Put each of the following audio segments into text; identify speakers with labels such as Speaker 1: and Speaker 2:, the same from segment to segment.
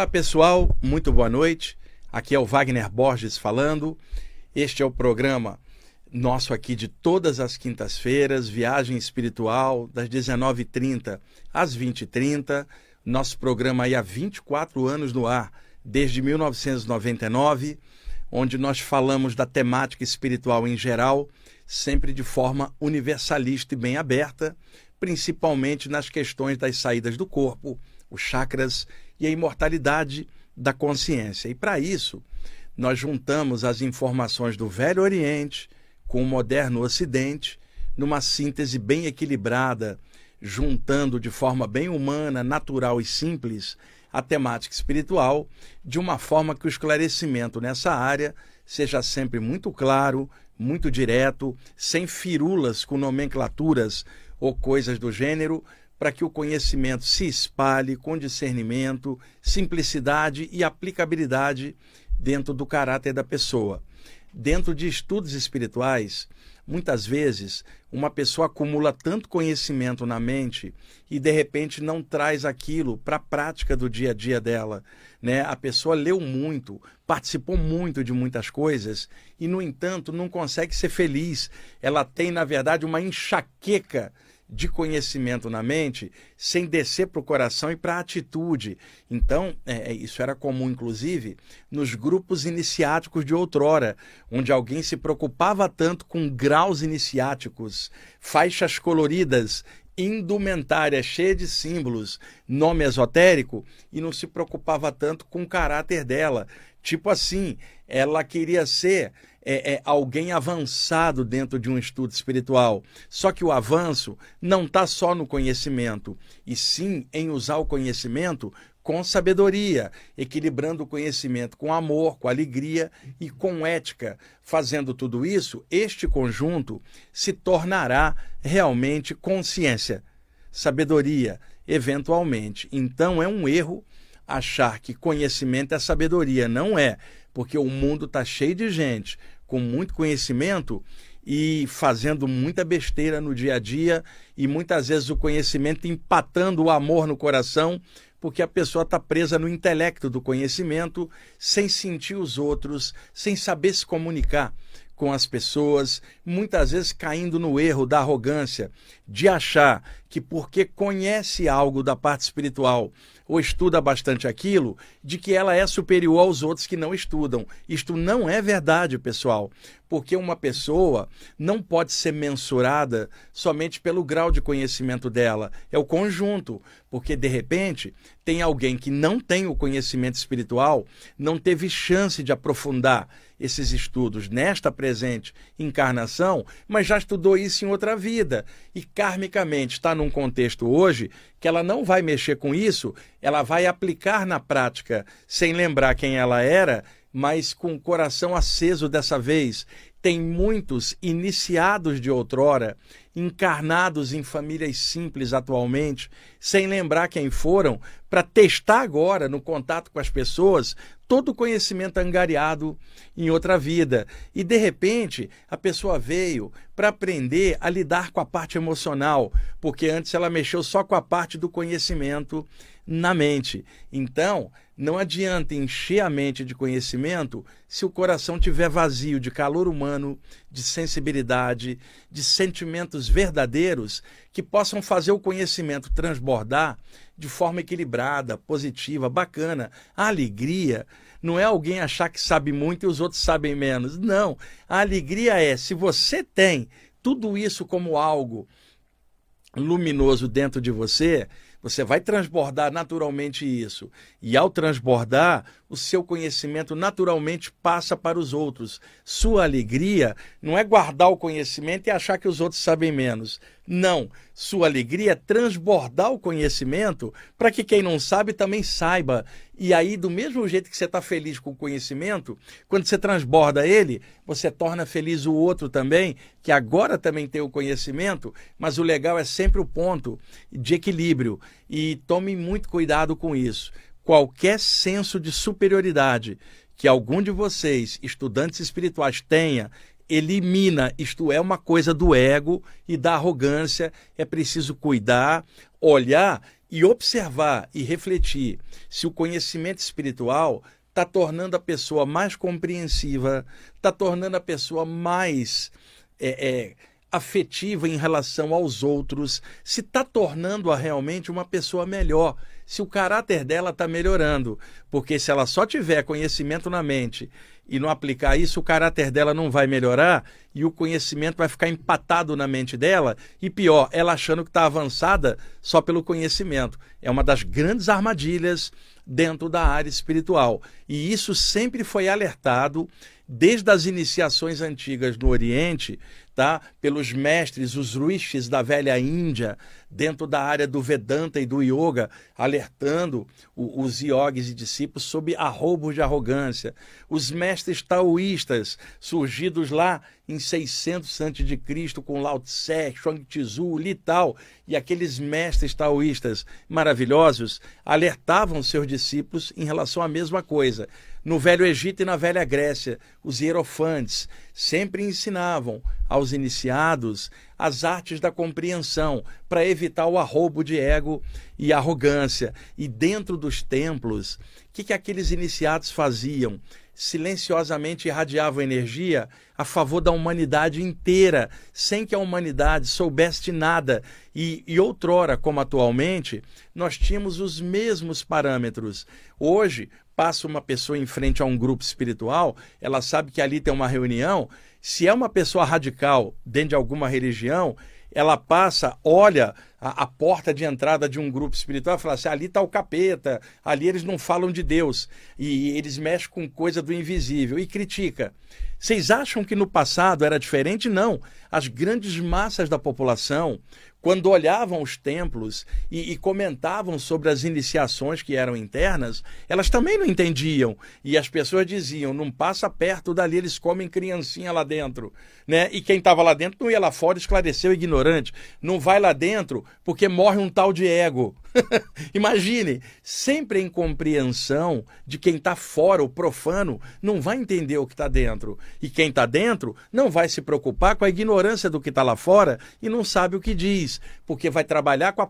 Speaker 1: Olá pessoal, muito boa noite. Aqui é o Wagner Borges falando. Este é o programa nosso aqui de todas as quintas-feiras, Viagem Espiritual, das 19h30 às 20h30. Nosso programa aí há 24 anos no ar, desde 1999, onde nós falamos da temática espiritual em geral, sempre de forma universalista e bem aberta, principalmente nas questões das saídas do corpo, os chakras e a imortalidade da consciência. E para isso, nós juntamos as informações do Velho Oriente com o moderno Ocidente, numa síntese bem equilibrada, juntando de forma bem humana, natural e simples a temática espiritual, de uma forma que o esclarecimento nessa área seja sempre muito claro, muito direto, sem firulas com nomenclaturas ou coisas do gênero, para que o conhecimento se espalhe com discernimento, simplicidade e aplicabilidade dentro do caráter da pessoa. Dentro de estudos espirituais, muitas vezes uma pessoa acumula tanto conhecimento na mente e de repente não traz aquilo para a prática do dia a dia dela, né? A pessoa leu muito, participou muito de muitas coisas e, no entanto, não consegue ser feliz. Ela tem, na verdade, uma enxaqueca de conhecimento na mente, sem descer para o coração e para a atitude. Então, isso era comum, inclusive, nos grupos iniciáticos de outrora, onde alguém se preocupava tanto com graus iniciáticos, faixas coloridas, indumentária cheia de símbolos, nome esotérico, e não se preocupava tanto com o caráter dela. Tipo assim, ela queria ser alguém avançado dentro de um estudo espiritual. Só que o avanço não está só no conhecimento, e sim em usar o conhecimento com sabedoria, equilibrando o conhecimento com amor, com alegria e com ética. Fazendo tudo isso, este conjunto se tornará realmente consciência, sabedoria, eventualmente. Então é um erro achar que conhecimento é sabedoria. Não é, porque o mundo está cheio de gente com muito conhecimento e fazendo muita besteira no dia a dia, e muitas vezes o conhecimento empatando o amor no coração, porque a pessoa está presa no intelecto do conhecimento, sem sentir os outros, sem saber se comunicar com as pessoas, muitas vezes caindo no erro da arrogância, de achar que porque conhece algo da parte espiritual ou estuda bastante aquilo, de que ela é superior aos outros que não estudam. Isto não é verdade, pessoal, porque uma pessoa não pode ser mensurada somente pelo grau de conhecimento dela, é o conjunto, porque de repente tem alguém que não tem o conhecimento espiritual, não teve chance de aprofundar esses estudos nesta presente encarnação, mas já estudou isso em outra vida e karmicamente está num contexto hoje que ela não vai mexer com isso, ela vai aplicar na prática sem lembrar quem ela era, mas com o coração aceso dessa vez. Tem muitos iniciados de outrora, encarnados em famílias simples atualmente, sem lembrar quem foram, para testar agora, no contato com as pessoas, todo o conhecimento angariado em outra vida. E, de repente, a pessoa veio para aprender a lidar com a parte emocional, porque antes ela mexeu só com a parte do conhecimento na mente. Então, não adianta encher a mente de conhecimento se o coração estiver vazio de calor humano, de sensibilidade, de sentimentos verdadeiros que possam fazer o conhecimento transbordar de forma equilibrada, positiva, bacana. A alegria não é alguém achar que sabe muito e os outros sabem menos. Não. A alegria é, se você tem tudo isso como algo luminoso dentro de você, você vai transbordar naturalmente isso. E ao transbordar, o seu conhecimento naturalmente passa para os outros. Sua alegria não é guardar o conhecimento e achar que os outros sabem menos. Não. Sua alegria é transbordar o conhecimento para que quem não sabe também saiba. E aí, do mesmo jeito que você está feliz com o conhecimento, quando você transborda ele, você torna feliz o outro também, que agora também tem o conhecimento, mas o legal é sempre o ponto de equilíbrio. E tome muito cuidado com isso. Qualquer senso de superioridade que algum de vocês, estudantes espirituais, tenha, elimina. Isto é uma coisa do ego e da arrogância. É preciso cuidar, olhar e observar e refletir se o conhecimento espiritual está tornando a pessoa mais compreensiva, está tornando a pessoa mais afetiva em relação aos outros, se está tornando-a realmente uma pessoa melhor, se o caráter dela está melhorando. Porque se ela só tiver conhecimento na mente e não aplicar isso, o caráter dela não vai melhorar e o conhecimento vai ficar empatado na mente dela e pior, ela achando que está avançada só pelo conhecimento. É uma das grandes armadilhas dentro da área espiritual. E isso sempre foi alertado desde as iniciações antigas no Oriente, tá? Pelos mestres, os rishis da velha Índia, dentro da área do Vedanta e do Yoga, alertando os yogis e discípulos sobre arroubos de arrogância. Os mestres taoístas, surgidos lá em 600 a.C., com Lao Tse, Chuang Tzu, Li Tao, e aqueles mestres taoístas maravilhosos alertavam seus discípulos em relação à mesma coisa. No Velho Egito e na Velha Grécia, os hierofantes sempre ensinavam aos iniciados as artes da compreensão para evitar o arroubo de ego e arrogância. E dentro dos templos, o que aqueles iniciados faziam? Silenciosamente irradiavam energia a favor da humanidade inteira, sem que a humanidade soubesse de nada. E outrora, como atualmente, nós tínhamos os mesmos parâmetros. Hoje, passa uma pessoa em frente a um grupo espiritual, ela sabe que ali tem uma reunião. Se é uma pessoa radical dentro de alguma religião, ela passa, olha a porta de entrada de um grupo espiritual e fala assim, ali está o capeta, ali eles não falam de Deus, e eles mexem com coisa do invisível, e critica. Vocês acham que no passado era diferente? Não. As grandes massas da população, quando olhavam os templos e comentavam sobre as iniciações que eram internas, elas também não entendiam. E as pessoas diziam, não passa perto dali, eles comem criancinha lá dentro. Né? E quem estava lá dentro não ia lá fora esclarecer o ignorante. Não vai lá dentro porque morre um tal de ego. Imagine, sempre a incompreensão de quem está fora, o profano, não vai entender o que está dentro. E quem está dentro não vai se preocupar com a ignorância do que está lá fora e não sabe o que diz, porque vai trabalhar com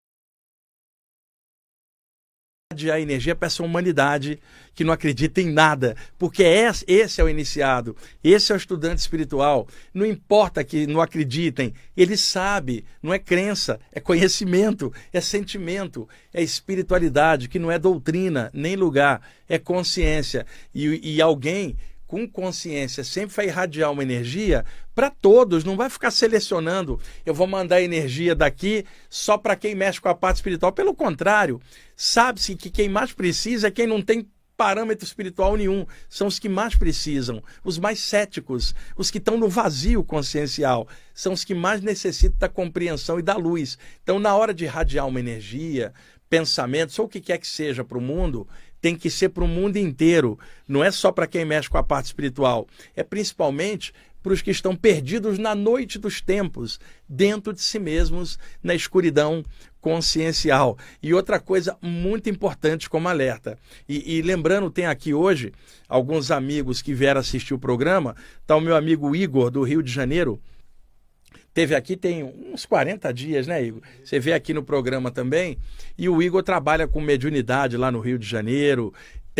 Speaker 1: a energia para essa humanidade que não acredita em nada, porque esse é o iniciado, esse é o estudante espiritual. Não importa que não acreditem, ele sabe, não é crença, é conhecimento, é sentimento, é espiritualidade, que não é doutrina, nem lugar, é consciência. E alguém com consciência sempre vai irradiar uma energia para todos, não vai ficar selecionando, eu vou mandar energia daqui só para quem mexe com a parte espiritual. Pelo contrário, sabe-se que quem mais precisa é quem não tem parâmetro espiritual nenhum, são os que mais precisam, os mais céticos, os que estão no vazio consciencial, são os que mais necessitam da compreensão e da luz. Então, na hora de irradiar uma energia, pensamentos, ou o que quer que seja para o mundo, tem que ser para o mundo inteiro. Não é só para quem mexe com a parte espiritual. É principalmente para os que estão perdidos na noite dos tempos, dentro de si mesmos, na escuridão consciencial. E outra coisa muito importante como alerta. E lembrando, tem aqui hoje alguns amigos que vieram assistir o programa. Está o meu amigo Igor, do Rio de Janeiro. Teve aqui tem uns 40 dias, né, Igor? Você vê aqui no programa também. E o Igor trabalha com mediunidade lá no Rio de Janeiro.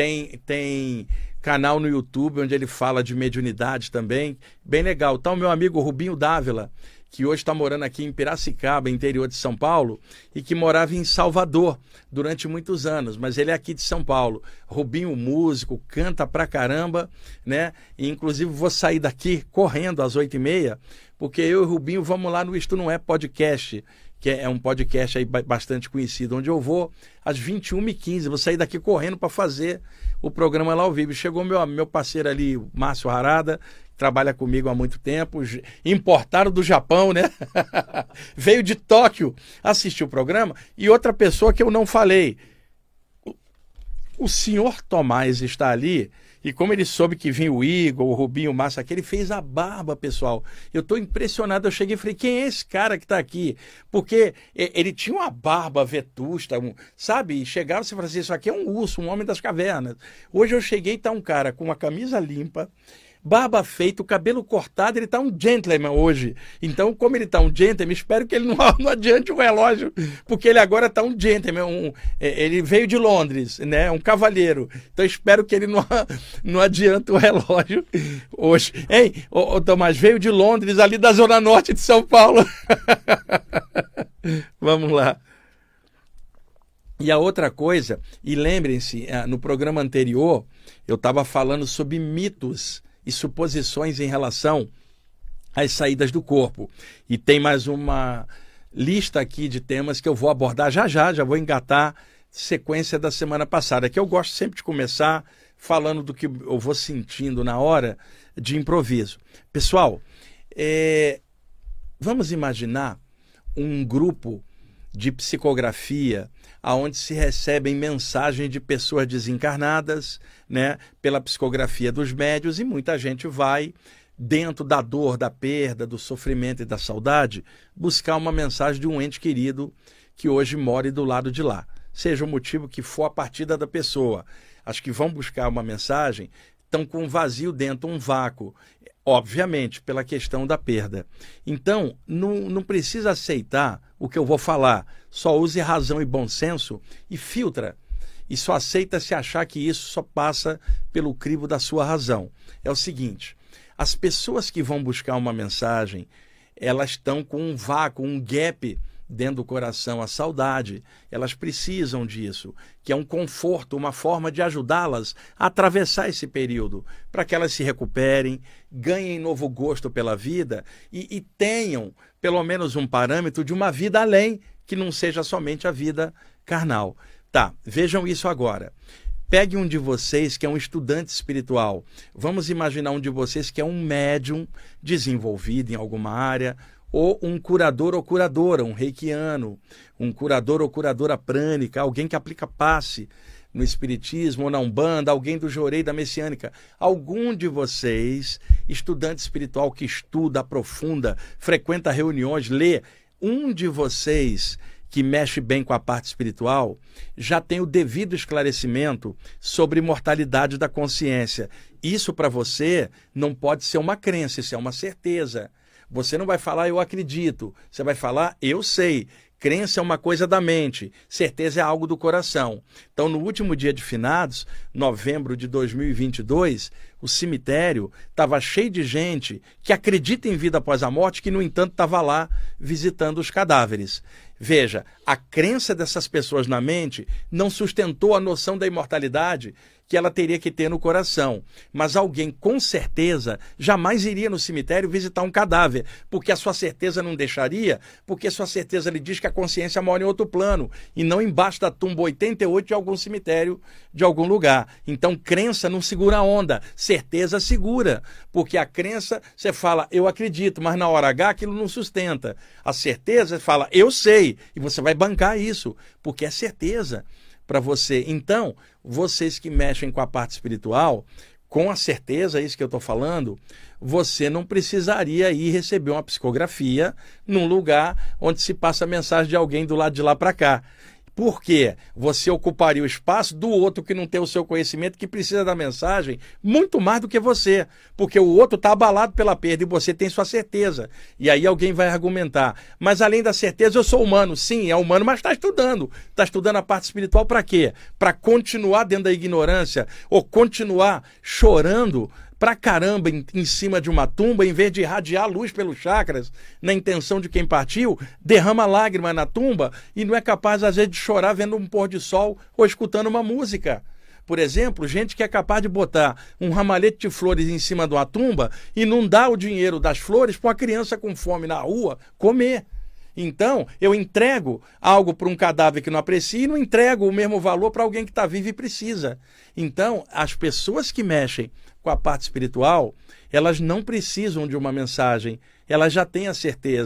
Speaker 1: Tem canal no YouTube onde ele fala de mediunidade também. Bem legal. Tá o meu amigo Rubinho Dávila, que hoje está morando aqui em Piracicaba, interior de São Paulo, e que morava em Salvador durante muitos anos, mas ele é aqui de São Paulo. Rubinho, músico, canta pra caramba, né? E, inclusive, vou sair daqui correndo às 8h30, porque eu e o Rubinho vamos lá no Isto Não É Podcast, que é um podcast aí bastante conhecido, onde eu vou às 21h15, vou sair daqui correndo para fazer o programa lá ao vivo. Chegou meu parceiro ali, o Márcio Harada, trabalha comigo há muito tempo, importaram do Japão, né? Veio de Tóquio assistir o programa. E outra pessoa que eu não falei, o senhor Tomás está ali, e como ele soube que vinha o Igor, o Rubinho, o Márcio aqui, ele fez a barba, pessoal. Eu estou impressionado, eu cheguei e falei, quem é esse cara que está aqui? Porque ele tinha uma barba vetusta, sabe? E chegava e você falava assim, isso aqui é um urso, um homem das cavernas. Hoje eu cheguei e está um cara com uma camisa limpa, barba feita, o cabelo cortado, ele está um gentleman hoje. Então, como ele está um gentleman, espero que ele não adiante o relógio, porque ele agora está um gentleman, ele veio de Londres, né? Um cavalheiro. Então, espero que ele não adiante o relógio hoje. Hein, ô Tomás, veio de Londres, ali da Zona Norte de São Paulo. Vamos lá. E a outra coisa, e lembrem-se, no programa anterior, eu estava falando sobre mitos e suposições em relação às saídas do corpo. E tem mais uma lista aqui de temas que eu vou abordar já vou engatar sequência da semana passada, que eu gosto sempre de começar falando do que eu vou sentindo na hora de improviso. Pessoal, vamos imaginar um grupo de psicografia aonde se recebem mensagens de pessoas desencarnadas, né, pela psicografia dos médiuns, e muita gente vai, dentro da dor, da perda, do sofrimento e da saudade, buscar uma mensagem de um ente querido que hoje mora do lado de lá. Seja o motivo que for a partida da pessoa. As que vão buscar uma mensagem estão com um vazio dentro, um vácuo, obviamente, pela questão da perda. Então, não precisa aceitar o que eu vou falar. Só use razão e bom senso e filtra. E só aceita se achar que isso só passa pelo crivo da sua razão. É o seguinte, as pessoas que vão buscar uma mensagem, elas estão com um vácuo, um gap dentro do coração, a saudade. Elas precisam disso, que é um conforto, uma forma de ajudá-las a atravessar esse período, para que elas se recuperem, ganhem novo gosto pela vida e tenham pelo menos um parâmetro de uma vida além, que não seja somente a vida carnal. Tá, vejam isso agora. Pegue um de vocês que é um estudante espiritual. Vamos imaginar um de vocês que é um médium desenvolvido em alguma área, ou um curador ou curadora, um reikiano, um curador ou curadora prânica, alguém que aplica passe no espiritismo ou na Umbanda, alguém do Jorei da Messiânica. Algum de vocês, estudante espiritual que estuda, aprofunda, frequenta reuniões, lê, um de vocês que mexe bem com a parte espiritual, já tem o devido esclarecimento sobre imortalidade da consciência. Isso para você não pode ser uma crença, isso é uma certeza. Você não vai falar, eu acredito. Você vai falar, eu sei. Crença é uma coisa da mente. Certeza é algo do coração. Então, no último dia de finados, novembro de 2022, o cemitério estava cheio de gente que acredita em vida após a morte, que, no entanto, estava lá visitando os cadáveres. Veja, a crença dessas pessoas na mente não sustentou a noção da imortalidade que ela teria que ter no coração. Mas alguém, com certeza, jamais iria no cemitério visitar um cadáver, porque a sua certeza não deixaria, porque a sua certeza lhe diz que a consciência mora em outro plano, e não embaixo da tumba 88 de algum cemitério, de algum lugar. Então, crença não segura a onda, certeza segura, porque a crença, você fala, eu acredito, mas na hora H aquilo não sustenta. A certeza, você fala, eu sei, e você vai bancar isso, porque é certeza para você. Então, vocês que mexem com a parte espiritual, com a certeza, é isso que eu estou falando, você não precisaria ir receber uma psicografia num lugar onde se passa a mensagem de alguém do lado de lá para cá. Por quê? Você ocuparia o espaço do outro que não tem o seu conhecimento, que precisa da mensagem, muito mais do que você. Porque o outro está abalado pela perda e você tem sua certeza. E aí alguém vai argumentar. Mas além da certeza, eu sou humano. Sim, é humano, mas está estudando. Está estudando a parte espiritual para quê? Para continuar dentro da ignorância ou continuar chorando pra caramba em cima de uma tumba, em vez de irradiar luz pelos chakras, na intenção de quem partiu, derrama lágrima na tumba e não é capaz, às vezes, de chorar vendo um pôr de sol ou escutando uma música. Por exemplo, gente que é capaz de botar um ramalhete de flores em cima de uma tumba e não dá o dinheiro das flores para uma criança com fome na rua comer. Então, eu entrego algo para um cadáver que não aprecia e não entrego o mesmo valor para alguém que está vivo e precisa. Então, as pessoas que mexem com a parte espiritual, elas não precisam de uma mensagem, elas já têm a certeza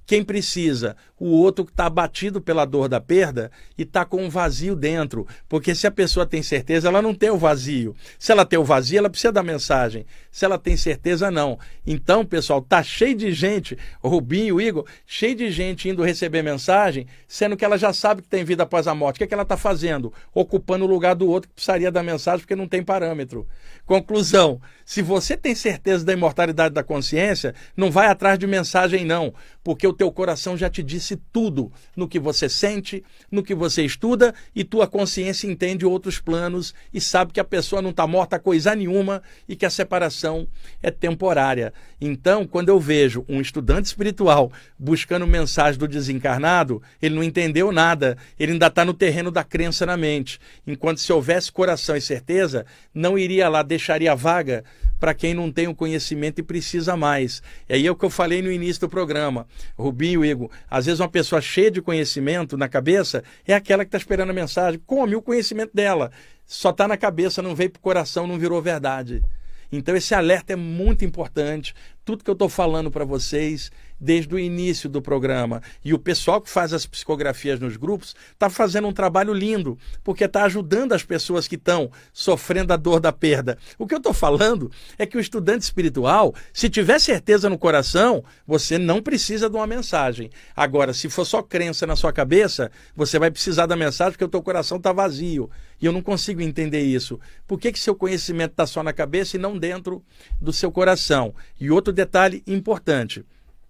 Speaker 1: Quem precisa? O outro que está abatido pela dor da perda e está com um vazio dentro. Porque se a pessoa tem certeza, ela não tem o vazio. Se ela tem o vazio, ela precisa da mensagem. Se ela tem certeza, não. Então, pessoal, tá cheio de gente, o Rubinho, o Igor, cheio de gente indo receber mensagem, sendo que ela já sabe que tem vida após a morte. O que é que ela está fazendo? Ocupando o lugar do outro que precisaria da mensagem porque não tem parâmetro. Conclusão, se você tem certeza da imortalidade da consciência, não vai atrás de mensagem não, porque o teu coração já te disse tudo no que você sente, no que você estuda, e tua consciência entende outros planos e sabe que a pessoa não está morta coisa nenhuma e que a separação é temporária. Então, quando eu vejo um estudante espiritual buscando mensagem do desencarnado, ele não entendeu nada, ele ainda está no terreno da crença na mente. Enquanto se houvesse coração e certeza, não iria lá, deixaria vaga para quem não tem o conhecimento e precisa mais. E aí é o que eu falei no início do programa, Rubinho e Igor. Às vezes uma pessoa cheia de conhecimento na cabeça é aquela que está esperando a mensagem. Come o conhecimento dela. Só está na cabeça, não veio para o coração, não virou verdade. Então esse alerta é muito importante. Tudo que eu estou falando para vocês desde o início do programa. E o pessoal que faz as psicografias nos grupos está fazendo um trabalho lindo, porque está ajudando as pessoas que estão sofrendo a dor da perda. O que eu estou falando é que o estudante espiritual, se tiver certeza no coração, você não precisa de uma mensagem. Agora, se for só crença na sua cabeça, você vai precisar da mensagem porque o teu coração está vazio. E eu não consigo entender isso. Por que seu conhecimento está só na cabeça e não dentro do seu coração? E outro detalhe importante.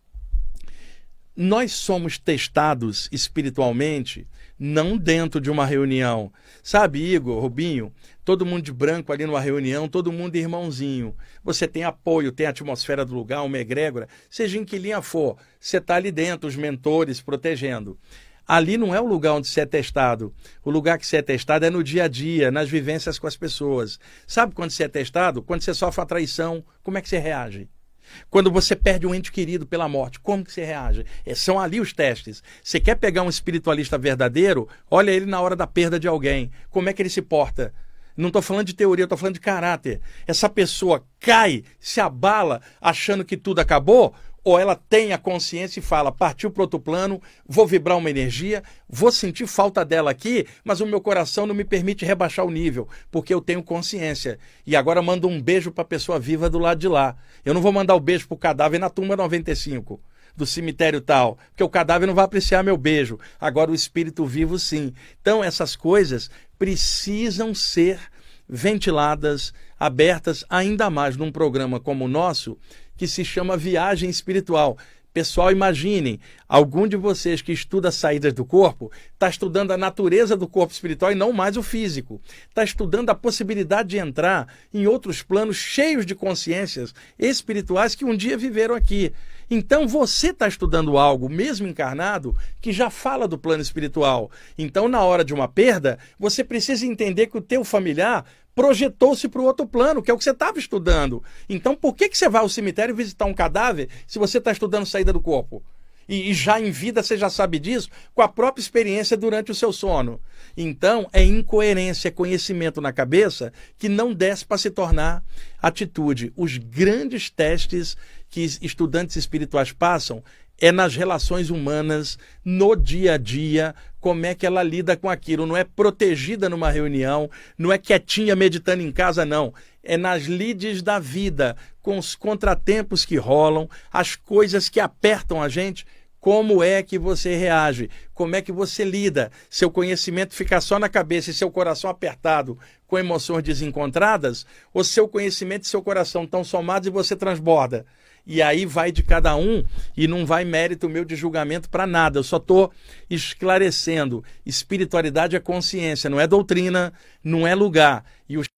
Speaker 1: Nós somos testados espiritualmente não dentro de uma reunião. Sabe, Igor, Rubinho, todo mundo de branco ali numa reunião, todo mundo irmãozinho. Você tem apoio, tem a atmosfera do lugar, uma egrégora, seja em que linha for, você está ali dentro, os mentores protegendo. Ali não é o lugar onde você é testado. O lugar que você é testado é no dia a dia, nas vivências com as pessoas. Sabe quando você é testado? Quando você sofre uma traição, como é que você reage? Quando você perde um ente querido pela morte, como que você reage? São ali os testes. Você quer pegar um espiritualista verdadeiro? Olha ele na hora da perda de alguém. Como é que ele se porta? Não estou falando de teoria, estou falando de caráter. Essa pessoa cai, se abala, achando que tudo acabou? Ou ela tem a consciência e fala, partiu para outro plano, vou vibrar uma energia, vou sentir falta dela aqui, mas o meu coração não me permite rebaixar o nível, porque eu tenho consciência. E agora mando um beijo para a pessoa viva do lado de lá. Eu não vou mandar o beijo para o cadáver na tumba 95, do cemitério tal, porque o cadáver não vai apreciar meu beijo. Agora o espírito vivo sim. Então essas coisas precisam ser ventiladas, abertas, ainda mais num programa como o nosso, que se chama Viagem Espiritual. Pessoal, imaginem, algum de vocês que estuda saídas do corpo está estudando a natureza do corpo espiritual e não mais o físico. Está estudando a possibilidade de entrar em outros planos cheios de consciências espirituais que um dia viveram aqui. Então você está estudando algo, mesmo encarnado, que já fala do plano espiritual. Então, na hora de uma perda, você precisa entender que o teu familiar projetou-se para o outro plano, que é o que você estava estudando. Então, por que você vai ao cemitério visitar um cadáver se você está estudando saída do corpo? E já em vida você já sabe disso, com a própria experiência durante o seu sono. Então, é incoerência, é conhecimento na cabeça que não desce para se tornar atitude. Os grandes testes que estudantes espirituais passam é nas relações humanas, no dia a dia, como é que ela lida com aquilo. Não é protegida numa reunião, não é quietinha meditando em casa, não. É nas lides da vida, com os contratempos que rolam, as coisas que apertam a gente. Como é que você reage? Como é que você lida? Seu conhecimento fica só na cabeça e seu coração apertado com emoções desencontradas? Ou seu conhecimento e seu coração estão somados e você transborda? E aí vai de cada um e não vai mérito meu de julgamento para nada. Eu só estou esclarecendo. Espiritualidade é consciência, não é doutrina, não é lugar. E os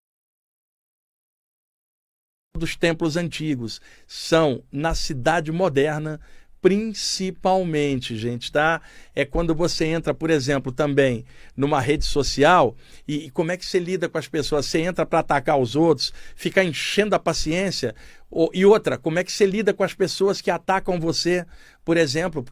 Speaker 1: dos templos antigos são na cidade moderna, principalmente, gente, tá? É quando você entra, por exemplo, também numa rede social e como é que você lida com as pessoas? Você entra para atacar os outros, ficar enchendo a paciência? E outra, como é que você lida com as pessoas que atacam você? Por exemplo,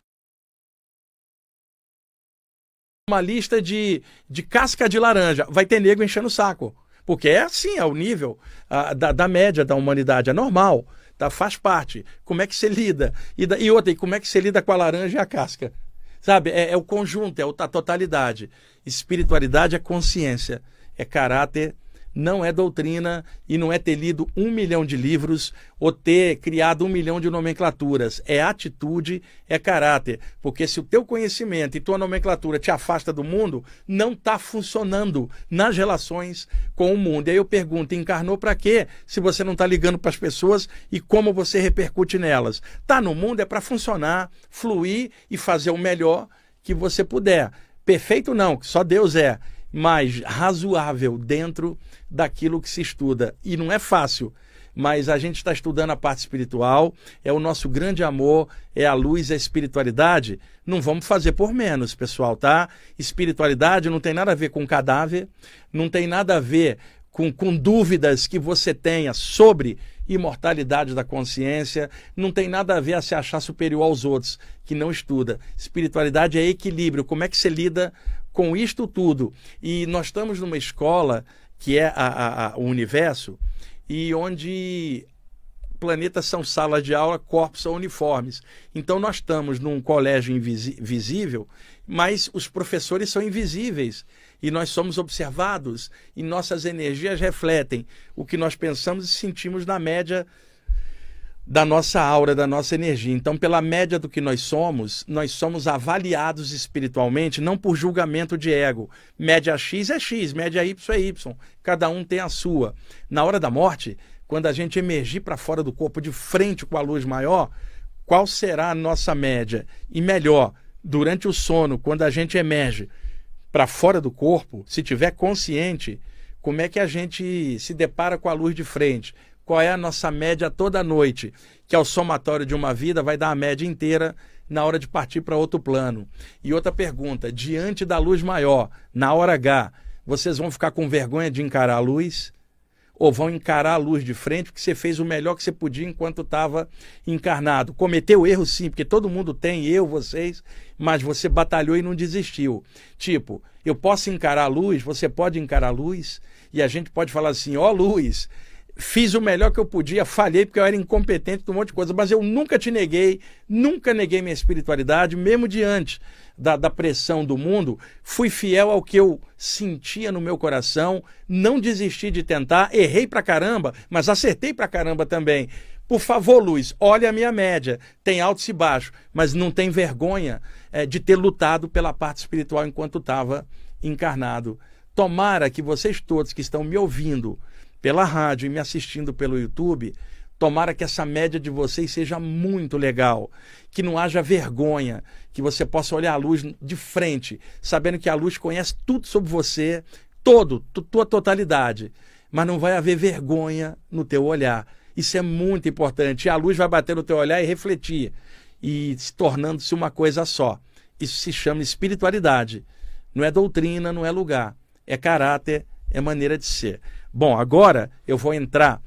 Speaker 1: uma lista de casca de laranja, vai ter nego enchendo o saco. Porque é assim, é o nível da média da humanidade, é normal. tá? Faz parte. Como é que você lida? E outra, e como é que você lida com a laranja e a casca? Sabe? É o conjunto, é a totalidade. Espiritualidade é consciência, é caráter, não é doutrina e não é ter lido 1 milhão de livros ou ter criado 1 milhão de nomenclaturas. É atitude, é caráter. Porque se o teu conhecimento e tua nomenclatura te afasta do mundo, não está funcionando nas relações com o mundo. E aí eu pergunto, encarnou para quê se você não está ligando para as pessoas e como você repercute nelas? Tá no mundo é para funcionar, fluir e fazer o melhor que você puder. Perfeito não, que só Deus é, mas razoável dentro daquilo que se estuda. E não é fácil, mas a gente está estudando a parte espiritual, é o nosso grande amor, é a luz, é a espiritualidade. Não vamos fazer por menos, pessoal, tá? Espiritualidade não tem nada a ver com cadáver, não tem nada a ver com dúvidas que você tenha sobre imortalidade da consciência, não tem nada a ver a se achar superior aos outros, que não estuda. Espiritualidade é equilíbrio, como é que você lida com isto tudo? E nós estamos numa escola que é o universo, e onde planetas são salas de aula, corpos são uniformes. Então nós estamos num colégio visível, mas os professores são invisíveis. E nós somos observados e nossas energias refletem o que nós pensamos e sentimos na média da nossa aura, da nossa energia. Então, pela média do que nós somos avaliados espiritualmente, não por julgamento de ego. Média X é X, média Y é Y. Cada um tem a sua. Na hora da morte, quando a gente emergir para fora do corpo de frente com a luz maior, qual será a nossa média? E melhor, durante o sono, quando a gente emerge para fora do corpo, se tiver consciente, como é que a gente se depara com a luz de frente? Qual é a nossa média toda noite? Que é o somatório de uma vida, vai dar a média inteira na hora de partir para outro plano. E outra pergunta, diante da luz maior, na hora H, vocês vão ficar com vergonha de encarar a luz? Ou vão encarar a luz de frente porque você fez o melhor que você podia enquanto estava encarnado? Cometeu erro sim, porque todo mundo tem, eu, vocês, mas você batalhou e não desistiu. Tipo, eu posso encarar a luz, você pode encarar a luz, e a gente pode falar assim, ó luz, fiz o melhor que eu podia, falhei porque eu era incompetente de um monte de coisa, mas eu nunca te neguei, nunca neguei minha espiritualidade, mesmo diante da pressão do mundo, fui fiel ao que eu sentia no meu coração, não desisti de tentar, errei pra caramba, mas acertei pra caramba também. Por favor, Luz, olha a minha média, tem altos e baixos, mas não tem vergonha de ter lutado pela parte espiritual enquanto estava encarnado. Tomara que vocês todos que estão me ouvindo pela rádio e me assistindo pelo YouTube, tomara que essa média de vocês seja muito legal, que não haja vergonha, que você possa olhar a luz de frente, sabendo que a luz conhece tudo sobre você, tua totalidade, mas não vai haver vergonha no teu olhar. Isso é muito importante. E a luz vai bater no teu olhar e refletir, e se tornando-se uma coisa só. Isso se chama espiritualidade. Não é doutrina, não é lugar. É caráter, é maneira de ser. Bom, agora eu vou entrar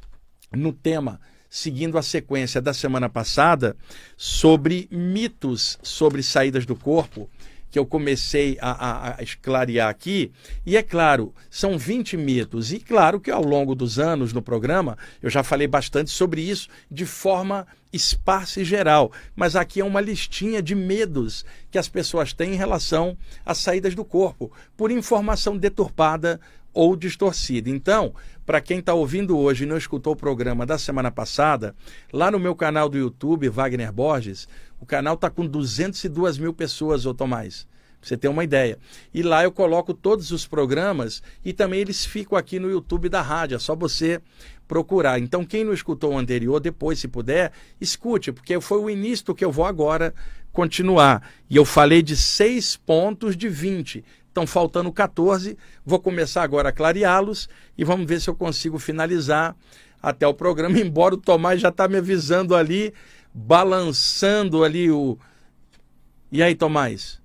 Speaker 1: no tema, seguindo a sequência da semana passada, sobre mitos sobre saídas do corpo, que eu comecei a esclarear aqui. E é claro, são 20 mitos. E claro que ao longo dos anos no programa, eu já falei bastante sobre isso de forma esparsa e geral. Mas aqui é uma listinha de medos que as pessoas têm em relação às saídas do corpo, por informação deturpada ou distorcida. Então, para quem está ouvindo hoje e não escutou o programa da semana passada, lá no meu canal do YouTube, Wagner Borges, o canal está com 202 mil pessoas ou mais, para você ter uma ideia. E lá eu coloco todos os programas e também eles ficam aqui no YouTube da rádio, é só você procurar. Então, quem não escutou o anterior, depois, se puder, escute, porque foi o início do que eu vou agora continuar. E eu falei de 6 pontos de 20. Estão faltando 14, vou começar agora a clareá-los e vamos ver se eu consigo finalizar até o programa, embora o Tomás já está me avisando ali, balançando ali o... E aí, Tomás?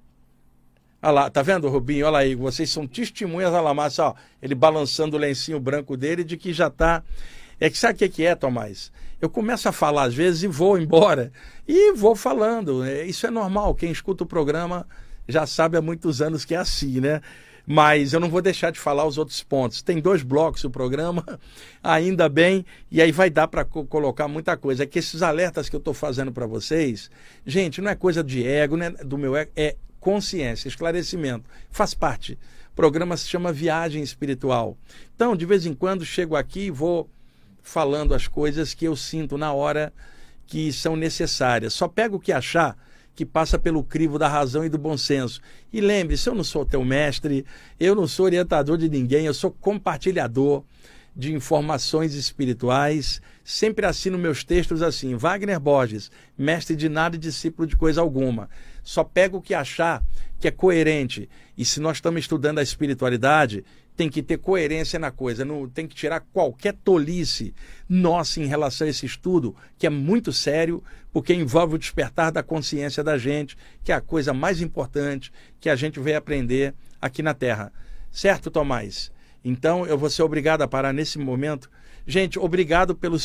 Speaker 1: Olha lá, tá vendo, Rubinho? Olha aí, vocês são testemunhas, olha lá, Márcio, ó, ele balançando o lencinho branco dele de que já está... É que sabe o que é, Tomás? Eu começo a falar às vezes e vou embora, e vou falando, isso é normal, quem escuta o programa já sabe há muitos anos que é assim, né? Mas eu não vou deixar de falar os outros pontos. Tem 2 blocos o programa, ainda bem, e aí vai dar para colocar muita coisa. É que esses alertas que eu estou fazendo para vocês, gente, não é coisa de ego, não é do meu ego, é consciência, esclarecimento. Faz parte. O programa se chama Viagem Espiritual. Então, de vez em quando, chego aqui e vou falando as coisas que eu sinto na hora que são necessárias. Só pego o que achar que passa pelo crivo da razão e do bom senso. E lembre-se, eu não sou teu mestre, eu não sou orientador de ninguém, eu sou compartilhador de informações espirituais. Sempre assino meus textos assim: Wagner Borges, mestre de nada e discípulo de coisa alguma. Só pego o que achar que é coerente. E se nós estamos estudando a espiritualidade, tem que ter coerência na coisa, não tem que tirar qualquer tolice nossa em relação a esse estudo, que é muito sério, porque envolve o despertar da consciência da gente, que é a coisa mais importante que a gente veio aprender aqui na Terra. Certo, Tomás? Então, eu vou ser obrigado a parar nesse momento. Gente, obrigado pelo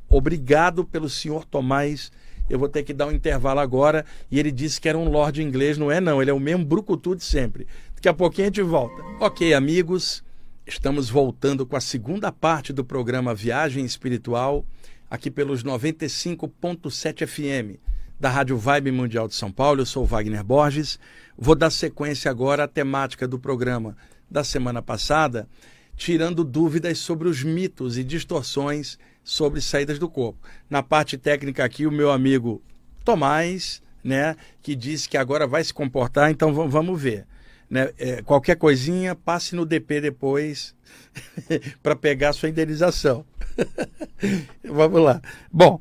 Speaker 1: senhor Tomás. Eu vou ter que dar um intervalo agora. E ele disse que era um lorde inglês. Não é não, ele é o mesmo brucutu de sempre. Daqui a pouquinho a gente volta. Ok, amigos, estamos voltando com a segunda parte do programa Viagem Espiritual, aqui pelos 95.7 FM da Rádio Vibe Mundial de São Paulo. Eu sou o Wagner Borges. Vou dar sequência agora à temática do programa da semana passada, tirando dúvidas sobre os mitos e distorções sobre saídas do corpo. Na parte técnica aqui, o meu amigo Tomás, né, que disse que agora vai se comportar, então vamos ver. Né? Qualquer coisinha, passe no DP depois para pegar a sua indenização. Vamos lá. Bom,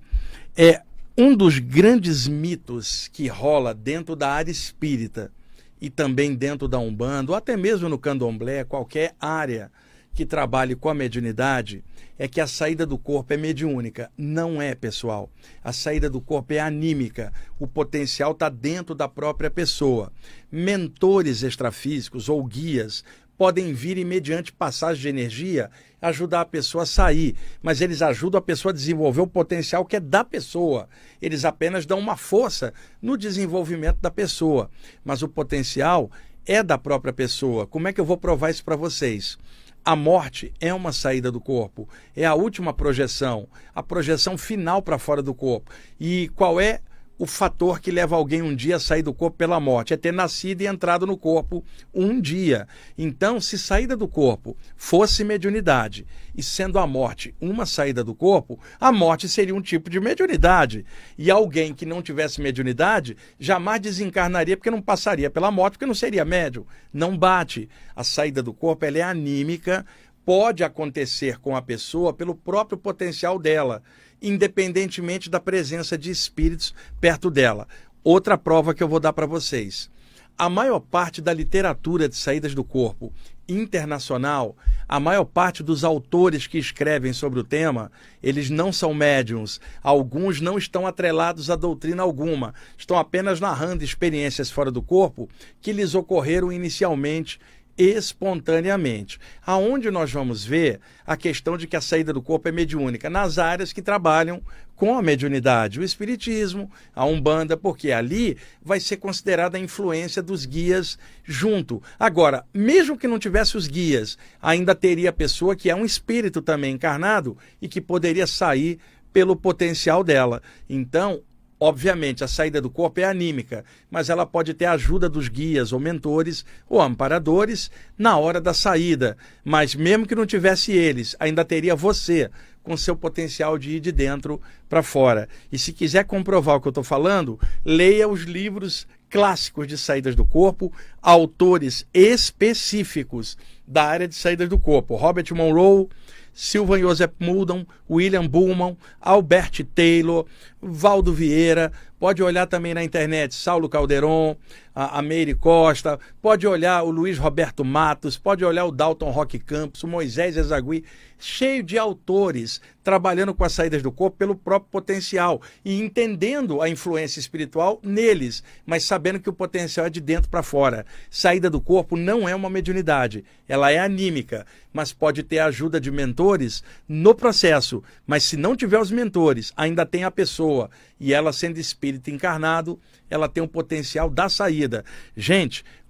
Speaker 1: um dos grandes mitos que rola dentro da área espírita e também dentro da Umbanda, ou até mesmo no Candomblé, qualquer área que trabalhe com a mediunidade, é que a saída do corpo é mediúnica. Não é, pessoal. A saída do corpo é anímica. O potencial está dentro da própria pessoa. Mentores extrafísicos ou guias podem vir e, mediante passagem de energia, ajudar a pessoa a sair, mas eles ajudam a pessoa a desenvolver o potencial que é da pessoa. Eles apenas dão uma força no desenvolvimento da pessoa, mas o potencial é da própria pessoa. Como é que eu vou provar isso para vocês? A morte é uma saída do corpo, é a última projeção, a projeção final para fora do corpo. E qual é o fator que leva alguém um dia a sair do corpo pela morte? É ter nascido e entrado no corpo um dia. Então, se saída do corpo fosse mediunidade, e sendo a morte uma saída do corpo, a morte seria um tipo de mediunidade. E alguém que não tivesse mediunidade jamais desencarnaria, porque não passaria pela morte, porque não seria médium. Não bate. A saída do corpo, ela é anímica, pode acontecer com a pessoa pelo próprio potencial dela, independentemente da presença de espíritos perto dela. Outra prova que eu vou dar para vocês. A maior parte da literatura de saídas do corpo internacional, a maior parte dos autores que escrevem sobre o tema, eles não são médiuns. Alguns não estão atrelados a doutrina alguma. Estão apenas narrando experiências fora do corpo que lhes ocorreram inicialmente espontaneamente. Aonde nós vamos ver a questão de que a saída do corpo é mediúnica? Nas áreas que trabalham com a mediunidade, o espiritismo, a Umbanda, porque ali vai ser considerada a influência dos guias junto. Agora, mesmo que não tivesse os guias, ainda teria a pessoa que é um espírito também encarnado e que poderia sair pelo potencial dela. Então, obviamente, a saída do corpo é anímica, mas ela pode ter a ajuda dos guias ou mentores ou amparadores na hora da saída. Mas mesmo que não tivesse eles, ainda teria você com seu potencial de ir de dentro para fora. E se quiser comprovar o que eu estou falando, leia os livros clássicos de saídas do corpo, autores específicos da área de saídas do corpo. Robert Monroe, Sylvan Joseph Muldon, William Buhlmann, Albert Taylor, Valdo Vieira. Pode olhar também na internet Saulo Calderon, a Meire Costa, pode olhar o Luiz Roberto Matos, pode olhar o Dalton Roque Campos, o Moisés Ezagui, cheio de autores trabalhando com as saídas do corpo pelo próprio potencial e entendendo a influência espiritual neles, mas sabendo que o potencial é de dentro para fora. Saída do corpo não é uma mediunidade, ela é anímica, mas pode ter a ajuda de mentores no processo. Mas se não tiver os mentores, ainda tem a pessoa, e ela sendo espírito encarnado, ela tem um potencial da saída. Gente,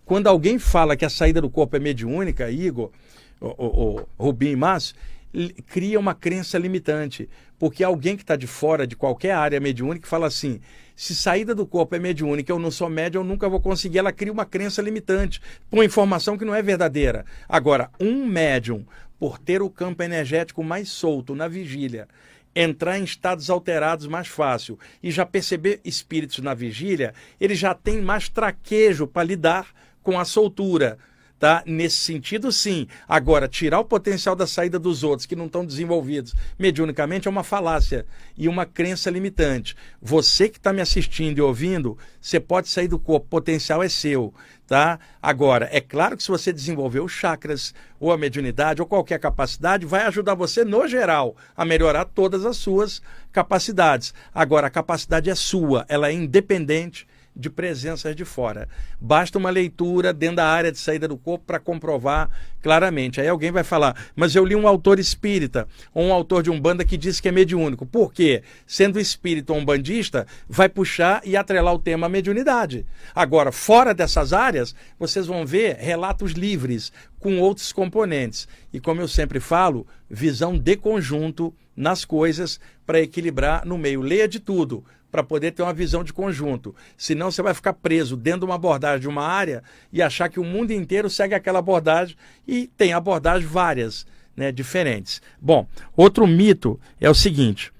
Speaker 1: quando alguém fala que a saída do corpo é mediúnica, Igor, o Rubim e Márcio, cria uma crença limitante, porque alguém que está de fora de qualquer área mediúnica fala assim, se saída do corpo é mediúnica, eu não sou médium, eu nunca vou conseguir, ela cria uma crença limitante, por uma informação que não é verdadeira. Agora, um médium, por ter o campo energético mais solto na vigília, entrar em estados alterados mais fácil e já perceber espíritos na vigília, ele já tem mais traquejo para lidar com a soltura. Tá? Nesse sentido, sim. Agora, tirar o potencial da saída dos outros que não estão desenvolvidos mediunicamente é uma falácia e uma crença limitante. Você que está me assistindo e ouvindo, você pode sair do corpo, o potencial é seu. Tá? Agora, é claro que se você desenvolver os chakras, ou a mediunidade, ou qualquer capacidade, vai ajudar você, no geral, a melhorar todas as suas capacidades. Agora, a capacidade é sua, ela é independente de presenças de fora. Basta uma leitura dentro da área de saída do corpo para comprovar claramente. Aí alguém vai falar, mas eu li um autor espírita ou um autor de Umbanda que disse que é mediúnico. Por quê? Sendo espírita ou umbandista, vai puxar e atrelar o tema à mediunidade. Agora, fora dessas áreas, vocês vão ver relatos livres com outros componentes. E como eu sempre falo, visão de conjunto nas coisas para equilibrar no meio. Leia de tudo, para poder ter uma visão de conjunto. Senão você vai ficar preso dentro de uma abordagem de uma área e achar que o mundo inteiro segue aquela abordagem e tem abordagens várias, né, diferentes. Bom, outro mito é o seguinte: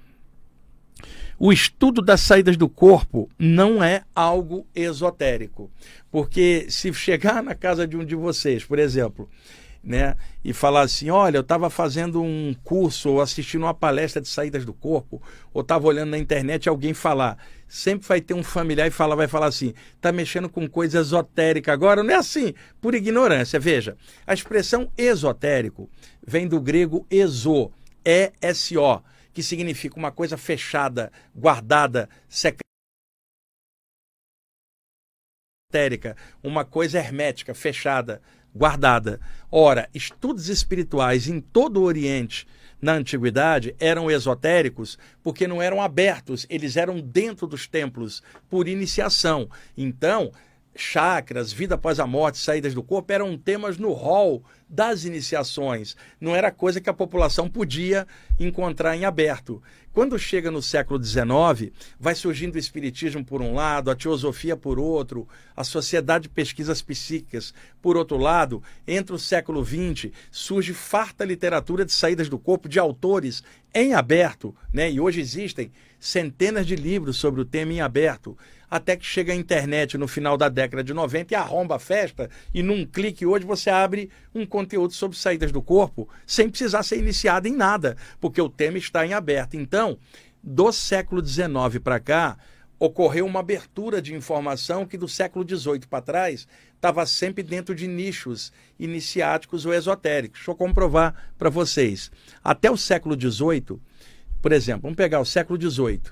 Speaker 1: o estudo das saídas do corpo não é algo esotérico. Porque se chegar na casa de um de vocês, por exemplo, né, e falar assim, olha, eu estava fazendo um curso ou assistindo uma palestra de saídas do corpo, ou estava olhando na internet e alguém falar, sempre vai ter um familiar e vai falar assim, está mexendo com coisa esotérica agora. Não é assim, por ignorância. Veja, a expressão esotérico vem do grego exo, E-S-O, que significa uma coisa fechada, guardada, secreta, uma coisa hermética, fechada, guardada. Ora, estudos espirituais em todo o Oriente, na Antiguidade, eram esotéricos porque não eram abertos, eles eram dentro dos templos, por iniciação. Então, chakras, vida após a morte, saídas do corpo, eram temas no hall das iniciações. Não era coisa que a população podia encontrar em aberto. Quando chega no século XIX, vai surgindo o espiritismo por um lado, a teosofia por outro, a sociedade de pesquisas psíquicas por outro lado. Entre o século XX, surge farta literatura de saídas do corpo de autores em aberto, né? E hoje existem centenas de livros sobre o tema em aberto, até que chega a internet no final da década de 90 e arromba a festa, e num clique hoje você abre um conteúdo sobre saídas do corpo sem precisar ser iniciado em nada, porque o tema está em aberto. Então, do século XIX para cá, ocorreu uma abertura de informação que do século XVIII para trás estava sempre dentro de nichos iniciáticos ou esotéricos. Deixa eu comprovar para vocês. Até o século XVIII, por exemplo, vamos pegar o século XVIII,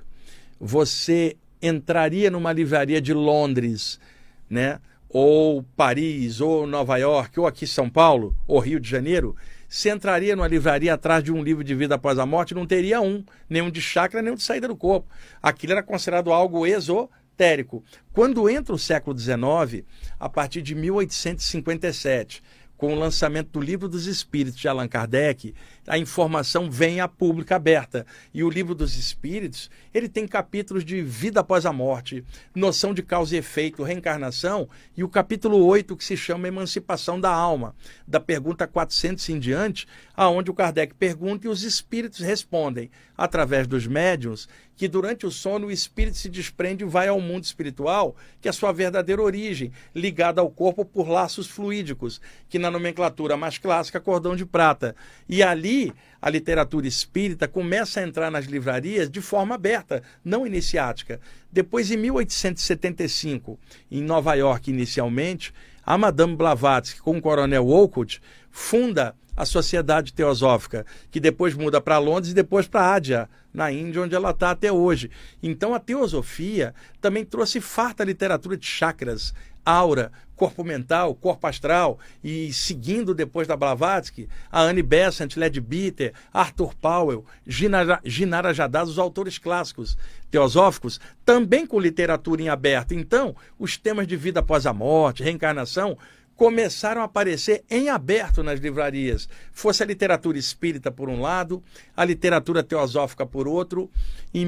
Speaker 1: você entraria numa livraria de Londres, né, ou Paris, ou Nova York, ou aqui São Paulo, ou Rio de Janeiro, você entraria numa livraria atrás de um livro de vida após a morte, não teria nenhum de chakra, nenhum de saída do corpo. Aquilo era considerado algo esotérico. Quando entra o século XIX, a partir de 1857, com o lançamento do Livro dos Espíritos de Allan Kardec, a informação vem à pública aberta. E o Livro dos Espíritos, ele tem capítulos de vida após a morte, noção de causa e efeito, reencarnação, e o capítulo 8, que se chama Emancipação da Alma, da pergunta 400 em diante, aonde o Kardec pergunta e os espíritos respondem, através dos médiuns, que durante o sono o espírito se desprende e vai ao mundo espiritual, que é a sua verdadeira origem, ligada ao corpo por laços fluídicos, que na nomenclatura mais clássica, cordão de prata. E ali, a literatura espírita começa a entrar nas livrarias de forma aberta, não iniciática. Depois, em 1875, em Nova York inicialmente, a Madame Blavatsky, com o coronel Wolcott, funda a Sociedade Teosófica, que depois muda para Londres e depois para Ádia, na Índia, onde ela está até hoje. Então a teosofia também trouxe farta literatura de chakras, aura, corpo mental, corpo astral, e seguindo depois da Blavatsky, a Annie Besant, Leadbeater, Arthur Powell, Gina Rajadaz, os autores clássicos teosóficos, também com literatura em aberto. Então, os temas de vida após a morte, reencarnação, começaram a aparecer em aberto nas livrarias. Fosse a literatura espírita por um lado, a literatura teosófica por outro. Em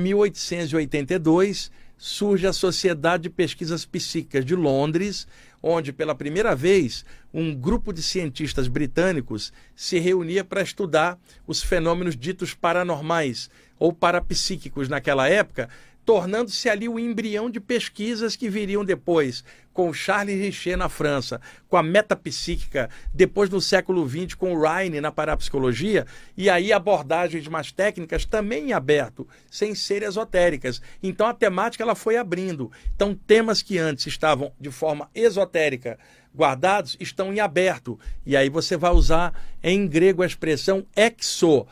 Speaker 1: 1882, surge a Sociedade de Pesquisas Psíquicas de Londres, onde, pela primeira vez, um grupo de cientistas britânicos se reunia para estudar os fenômenos ditos paranormais ou parapsíquicos naquela época, tornando-se ali o embrião de pesquisas que viriam depois, com Charles Richer na França, com a metapsíquica, depois no século XX com o Rhine na parapsicologia, e aí abordagens mais técnicas também em aberto, sem ser esotéricas. Então a temática ela foi abrindo. Então temas que antes estavam de forma esotérica guardados estão em aberto. E aí você vai usar em grego a expressão exo,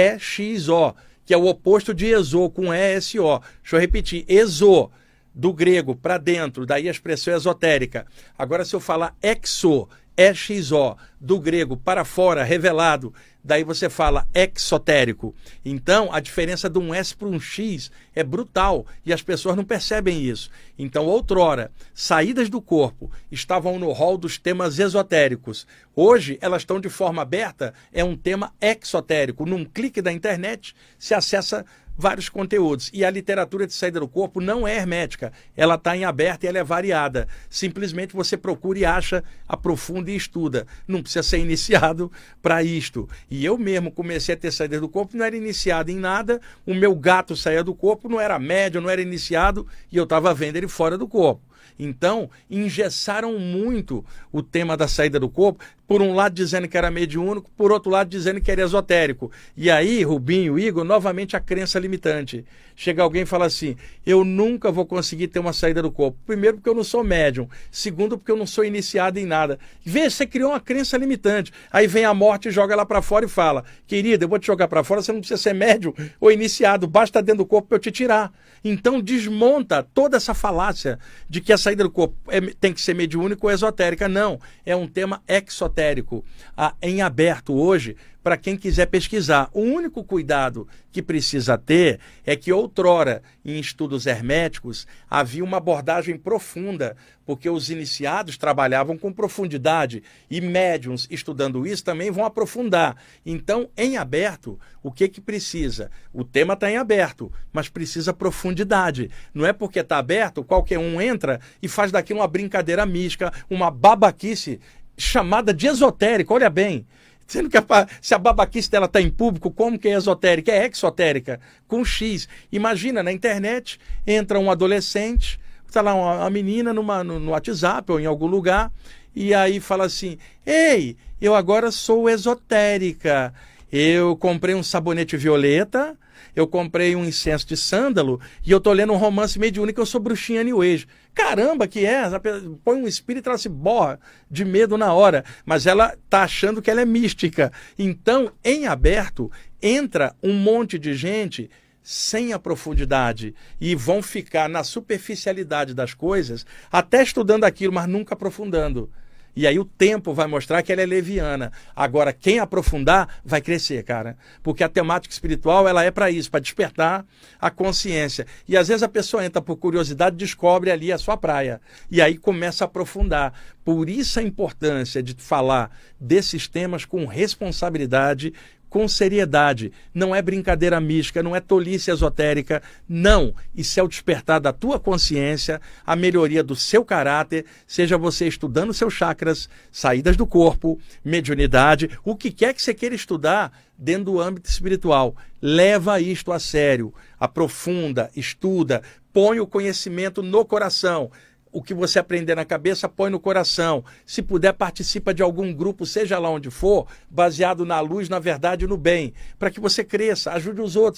Speaker 1: E-X-O, que é o oposto de exo, com E-S-O. Deixa eu repetir, exo, do grego para dentro, daí a expressão esotérica. Agora, se eu falar exo, E-X-O, do grego para fora, revelado, daí você fala exotérico. Então, a diferença de um S para um X é brutal e as pessoas não percebem isso. Então, outrora, saídas do corpo estavam no rol dos temas esotéricos. Hoje, elas estão de forma aberta, é um tema exotérico. Num clique da internet, se acessa vários conteúdos. E a literatura de saída do corpo não é hermética. Ela está em aberto e ela é variada. Simplesmente você procura e acha, aprofunda e estuda. Não precisa ser iniciado para isto. E eu mesmo comecei a ter saída do corpo, não era iniciado em nada. O meu gato saía do corpo, não era médio, não era iniciado, e eu estava vendo ele fora do corpo. Então, engessaram muito o tema da saída do corpo, por um lado dizendo que era mediúnico, por outro lado dizendo que era esotérico. E aí, Rubinho, Igor, novamente a crença limitante. Chega alguém e fala assim, eu nunca vou conseguir ter uma saída do corpo. Primeiro, porque eu não sou médium. Segundo, porque eu não sou iniciado em nada. Vê, você criou uma crença limitante. Aí vem a morte e joga ela para fora e fala, querida, eu vou te jogar para fora, você não precisa ser médium ou iniciado, basta dentro do corpo para eu te tirar. Então, desmonta toda essa falácia de que a saída do corpo tem que ser mediúnico ou esotérica. Não, é um tema exotérico, em aberto hoje, para quem quiser pesquisar. O único cuidado que precisa ter é que outrora, em estudos herméticos, havia uma abordagem profunda, porque os iniciados trabalhavam com profundidade e médiuns estudando isso também vão aprofundar. Então, em aberto, o que precisa? O tema está em aberto, mas precisa profundidade. Não é porque está aberto, qualquer um entra e faz daquilo uma brincadeira mística, uma babaquice chamada de esotérico, olha bem. Sendo que se a babaquice dela está em público, como que é esotérica? É exotérica, com X. Imagina, na internet, entra um adolescente, está lá uma menina no WhatsApp ou em algum lugar, e aí fala assim, ei, eu agora sou esotérica, eu comprei um sabonete violeta, eu comprei um incenso de sândalo e eu tô lendo um romance mediúnico, eu sou bruxinha New Age. Caramba, que é? Põe um espírito e ela se borra de medo na hora. Mas ela tá achando que ela é mística. Então, em aberto, entra um monte de gente sem a profundidade e vão ficar na superficialidade das coisas, até estudando aquilo, mas nunca aprofundando. E aí o tempo vai mostrar que ela é leviana. Agora, quem aprofundar vai crescer, cara. Porque a temática espiritual, ela é para isso, para despertar a consciência. E às vezes a pessoa entra por curiosidade, descobre ali a sua praia. E aí começa a aprofundar. Por isso a importância de falar desses temas com responsabilidade, com seriedade. Não é brincadeira mística, não é tolice esotérica, não. Isso é o despertar da tua consciência, a melhoria do seu caráter, seja você estudando seus chakras, saídas do corpo, mediunidade, o que quer que você queira estudar dentro do âmbito espiritual. Leva isto a sério, aprofunda, estuda, põe o conhecimento no coração. O que você aprender na cabeça, põe no coração. Se puder, participa de algum grupo, seja lá onde for, baseado na luz, na verdade e no bem, para que você cresça, ajude os outros.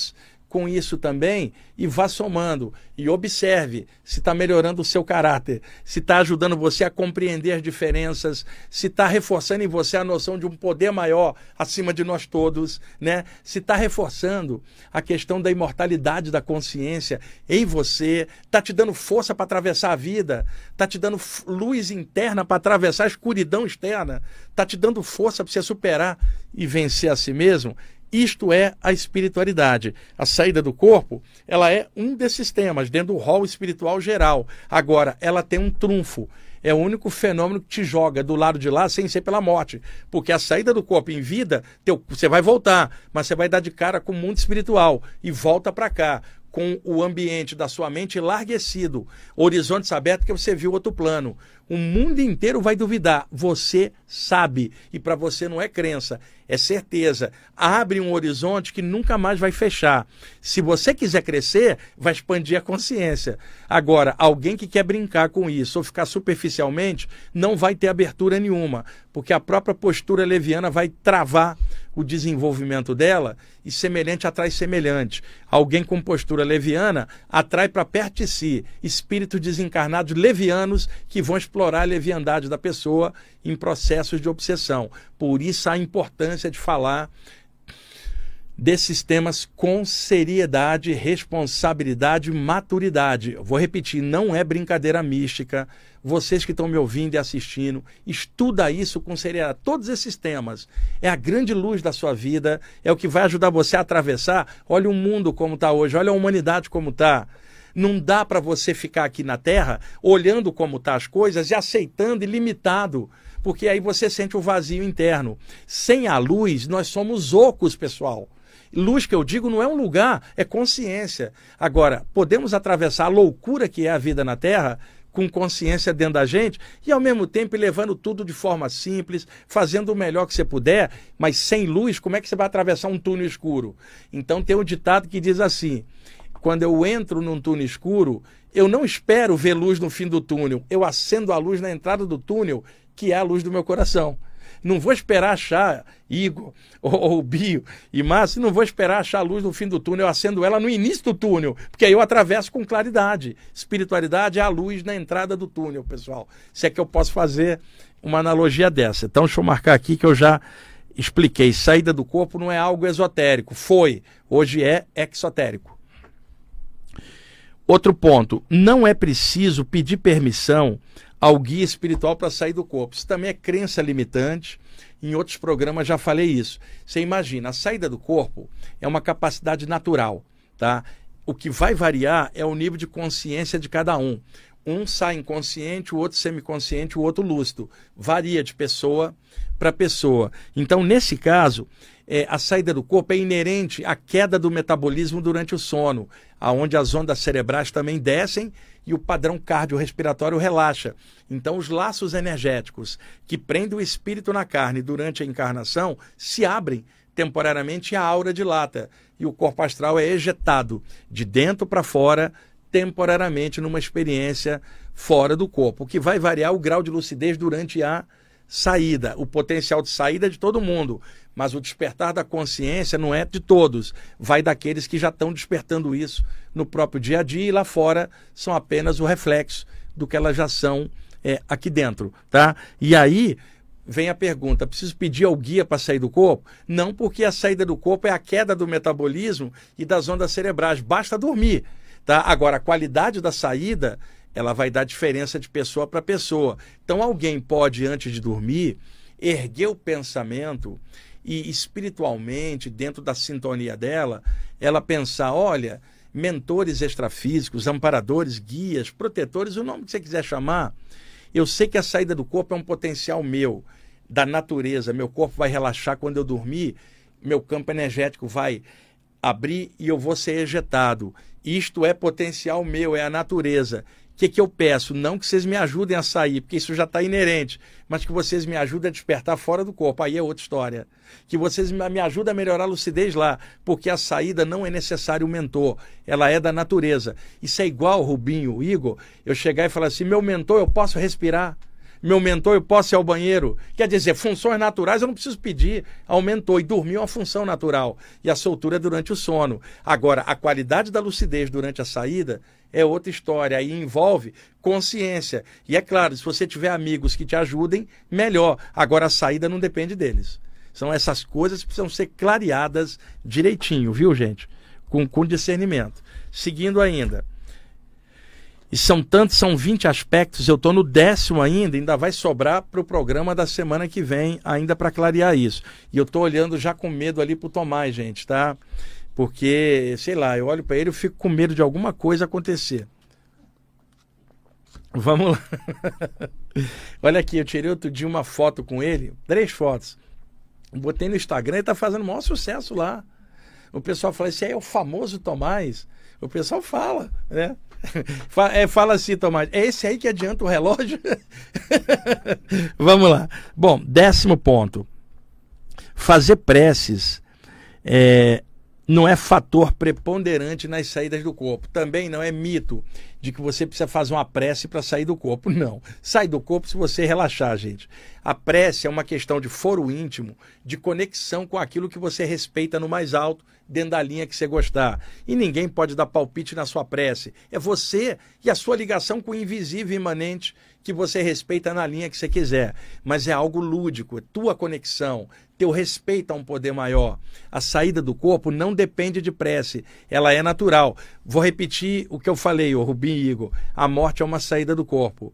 Speaker 1: com isso também e vá somando. E observe se está melhorando o seu caráter, se está ajudando você a compreender as diferenças, se está reforçando em você a noção de um poder maior acima de nós todos, né? Se está reforçando a questão da imortalidade da consciência em você, está te dando força para atravessar a vida, está te dando luz interna para atravessar a escuridão externa, está te dando força para você superar e vencer a si mesmo. Isto é a espiritualidade. A saída do corpo, ela é um desses temas, dentro do rol espiritual geral. Agora, ela tem um trunfo. É o único fenômeno que te joga do lado de lá sem ser pela morte. Porque a saída do corpo em vida, você vai voltar, mas você vai dar de cara com o mundo espiritual e volta para cá, com o ambiente da sua mente enlarguecido, horizontes abertos, que você viu outro plano. O mundo inteiro vai duvidar. Você sabe. E para você não é crença, é certeza. Abre um horizonte que nunca mais vai fechar. Se você quiser crescer, vai expandir a consciência. Agora, alguém que quer brincar com isso ou ficar superficialmente, não vai ter abertura nenhuma, porque a própria postura leviana vai travar o desenvolvimento dela e semelhante atrai semelhante. Alguém com postura leviana atrai para perto de si espíritos desencarnados levianos que vão explorar a leviandade da pessoa em processos de obsessão. Por isso a importância de falar desses temas com seriedade, responsabilidade e maturidade. Eu vou repetir, não é brincadeira mística. Vocês que estão me ouvindo e assistindo, estuda isso com seriedade. Todos esses temas é a grande luz da sua vida, é o que vai ajudar você a atravessar. Olha o mundo como está hoje, olha a humanidade como está. Não dá para você ficar aqui na Terra olhando como estão as coisas e aceitando e limitado, porque aí você sente o vazio interno. Sem a luz, nós somos ocos, pessoal. Luz que eu digo não é um lugar, é consciência. Agora, podemos atravessar a loucura que é a vida na Terra com consciência dentro da gente e ao mesmo tempo levando tudo de forma simples, fazendo o melhor que você puder, mas sem luz, como é que você vai atravessar um túnel escuro? Então tem um ditado que diz assim: quando eu entro num túnel escuro, eu não espero ver luz no fim do túnel, eu acendo a luz na entrada do túnel, que é a luz do meu coração. Não vou esperar achar Igor ou Bio e Márcio, não vou esperar achar a luz no fim do túnel, eu acendo ela no início do túnel, porque aí eu atravesso com claridade. Espiritualidade é a luz na entrada do túnel, pessoal. Se é que eu posso fazer uma analogia dessa. Então deixa eu marcar aqui que eu já expliquei. Saída do corpo não é algo esotérico. Foi, hoje é exotérico. Outro ponto, não é preciso pedir permissão ao guia espiritual para sair do corpo. Isso também é crença limitante. Em outros programas já falei isso. Você imagina, a saída do corpo é uma capacidade natural, tá? O que vai variar é o nível de consciência de cada um. Um sai inconsciente, o outro semiconsciente, o outro lúcido. Varia de pessoa para pessoa. Então, nesse caso, a saída do corpo é inerente à queda do metabolismo durante o sono, aonde as ondas cerebrais também descem e o padrão cardiorrespiratório relaxa. Então, os laços energéticos que prendem o espírito na carne durante a encarnação se abrem temporariamente e a aura dilata. E o corpo astral é ejetado de dentro para fora, temporariamente numa experiência fora do corpo, o que vai variar o grau de lucidez durante a saída. O potencial de saída é de todo mundo, mas o despertar da consciência não é de todos, vai daqueles que já estão despertando isso no próprio dia a dia e lá fora são apenas o reflexo do que elas já são aqui dentro, tá? E aí vem a pergunta, preciso pedir ao guia para sair do corpo? Não, porque a saída do corpo é a queda do metabolismo e das ondas cerebrais, basta dormir, tá? Agora, a qualidade da saída, ela vai dar diferença de pessoa para pessoa. Então, alguém pode, antes de dormir, erguer o pensamento e espiritualmente, dentro da sintonia dela, ela pensar, olha, mentores extrafísicos, amparadores, guias, protetores, o nome que você quiser chamar, eu sei que a saída do corpo é um potencial meu, da natureza, meu corpo vai relaxar quando eu dormir, meu campo energético vai abrir e eu vou ser ejetado. Isto é potencial meu, é a natureza. O que eu peço? Não que vocês me ajudem a sair, porque isso já está inerente, mas que vocês me ajudem a despertar fora do corpo. Aí é outra história. Que vocês me ajudem a melhorar a lucidez lá, porque a saída não é necessário o mentor, ela é da natureza. Isso é igual, Rubinho, Igor, eu chegar e falar assim, meu mentor, eu posso respirar? Meu mentor, eu posso ir ao banheiro. Quer dizer, funções naturais eu não preciso pedir. Aumentou. E dormir é uma função natural. E a soltura é durante o sono. Agora, a qualidade da lucidez durante a saída é outra história. Aí envolve consciência. E é claro, se você tiver amigos que te ajudem, melhor. Agora, a saída não depende deles. São essas coisas que precisam ser clareadas direitinho, viu, gente? Com discernimento. Seguindo ainda. E são 20 aspectos, eu estou no 10º ainda vai sobrar para o programa da semana que vem, ainda para clarear isso. E eu estou olhando já com medo ali para o Tomás, gente, tá? Porque, sei lá, eu olho para ele e fico com medo de alguma coisa acontecer. Vamos lá. Olha aqui, eu tirei outro dia uma foto com ele, 3 fotos. Botei no Instagram e está fazendo o maior sucesso lá. O pessoal fala, esse aí é o famoso Tomás. O pessoal fala, né? Fala assim, Tomás, é esse aí que adianta o relógio? Vamos lá. Bom, 10º ponto. Fazer preces não é fator preponderante nas saídas do corpo. Também não é mito de que você precisa fazer uma prece para sair do corpo. Não. Sai do corpo se você relaxar, gente. A prece é uma questão de foro íntimo, de conexão com aquilo que você respeita no mais alto, dentro da linha que você gostar. E ninguém pode dar palpite na sua prece. É você e a sua ligação com o invisível imanente que você respeita na linha que você quiser. Mas é algo lúdico, é tua conexão, teu respeito a um poder maior. A saída do corpo não depende de prece, ela é natural. Vou repetir o que eu falei, o Rubim e Igor. A morte é uma saída do corpo.